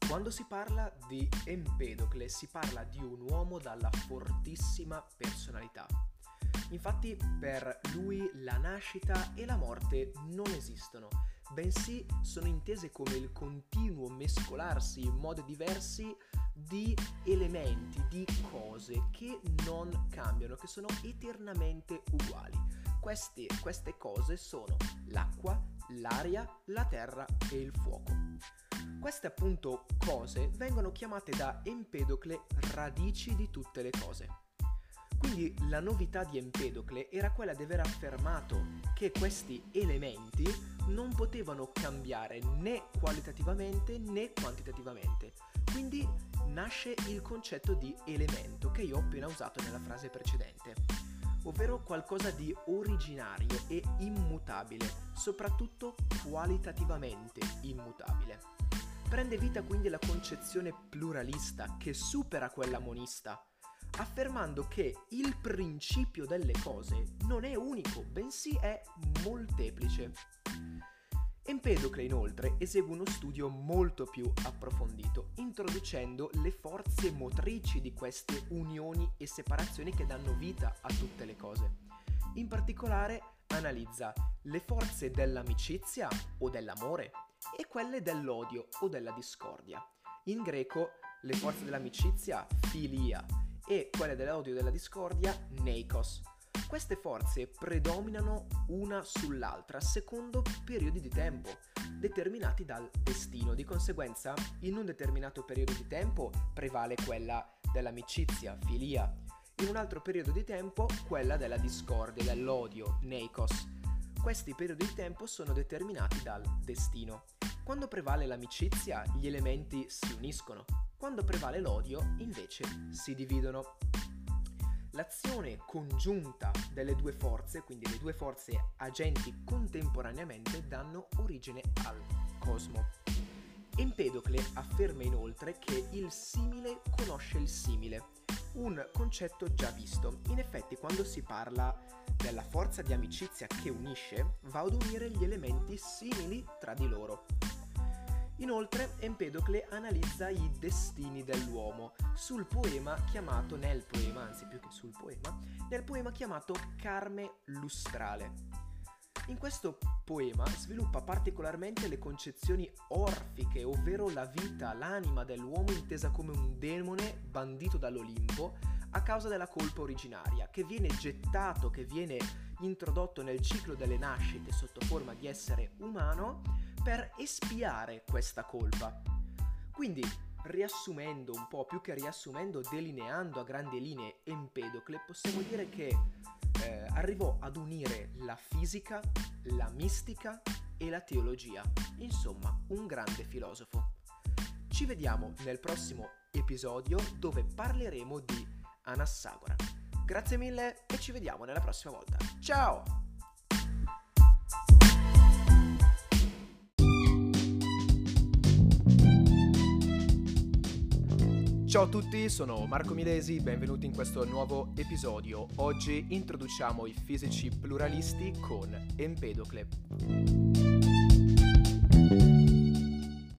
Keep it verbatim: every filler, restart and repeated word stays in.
Quando si parla di Empedocle si parla di un uomo dalla fortissima personalità. Infatti per lui la nascita e la morte non esistono, bensì sono intese come il continuo mescolarsi in modi diversi di elementi, di cose che non cambiano, che sono eternamente uguali. Queste, queste cose sono l'acqua, l'aria, la terra e il fuoco. Queste appunto cose vengono chiamate da Empedocle radici di tutte le cose. Quindi la novità di Empedocle era quella di aver affermato che questi elementi non potevano cambiare né qualitativamente né quantitativamente. Quindi nasce il concetto di elemento che io ho appena usato nella frase precedente, ovvero qualcosa di originario e immutabile, soprattutto qualitativamente immutabile. Prende vita quindi la concezione pluralista che supera quella monista, affermando che il principio delle cose non è unico, bensì è molteplice. Empedocle inoltre esegue uno studio molto più approfondito, introducendo le forze motrici di queste unioni e separazioni che danno vita a tutte le cose. In particolare analizza le forze dell'amicizia o dell'amore e quelle dell'odio o della discordia. In greco le forze dell'amicizia, philia, e quelle dell'odio e della discordia, neikos. Queste forze predominano una sull'altra secondo periodi di tempo determinati dal destino. Di conseguenza, in un determinato periodo di tempo prevale quella dell'amicizia, philia, in un altro periodo di tempo quella della discordia, dell'odio, neikos. Questi periodi di tempo sono determinati dal destino. Quando prevale l'amicizia, gli elementi si uniscono. Quando prevale l'odio, invece, si dividono. L'azione congiunta delle due forze, quindi le due forze agenti contemporaneamente, danno origine al cosmo. Empedocle afferma inoltre che il simile conosce il simile, un concetto già visto. In effetti, quando si parla della forza di amicizia che unisce, va ad unire gli elementi simili tra di loro. Inoltre, Empedocle analizza i destini dell'uomo sul poema chiamato, nel poema, anzi più che sul poema, nel poema chiamato Carme lustrale. In questo poema sviluppa particolarmente le concezioni orfiche, ovvero la vita, l'anima dell'uomo intesa come un demone bandito dall'Olimpo a causa della colpa originaria, che viene gettato, che viene introdotto nel ciclo delle nascite sotto forma di essere umano per espiare questa colpa. Quindi, riassumendo un po', più che riassumendo, delineando a grandi linee Empedocle, possiamo dire che eh, arrivò ad unire la fisica, la mistica e la teologia. Insomma, un grande filosofo. Ci vediamo nel prossimo episodio dove parleremo di Anassagora. Grazie mille e ci vediamo nella prossima volta. Ciao! Ciao a tutti, sono Marco Milesi, benvenuti in questo nuovo episodio. Oggi introduciamo i fisici pluralisti con Empedocle.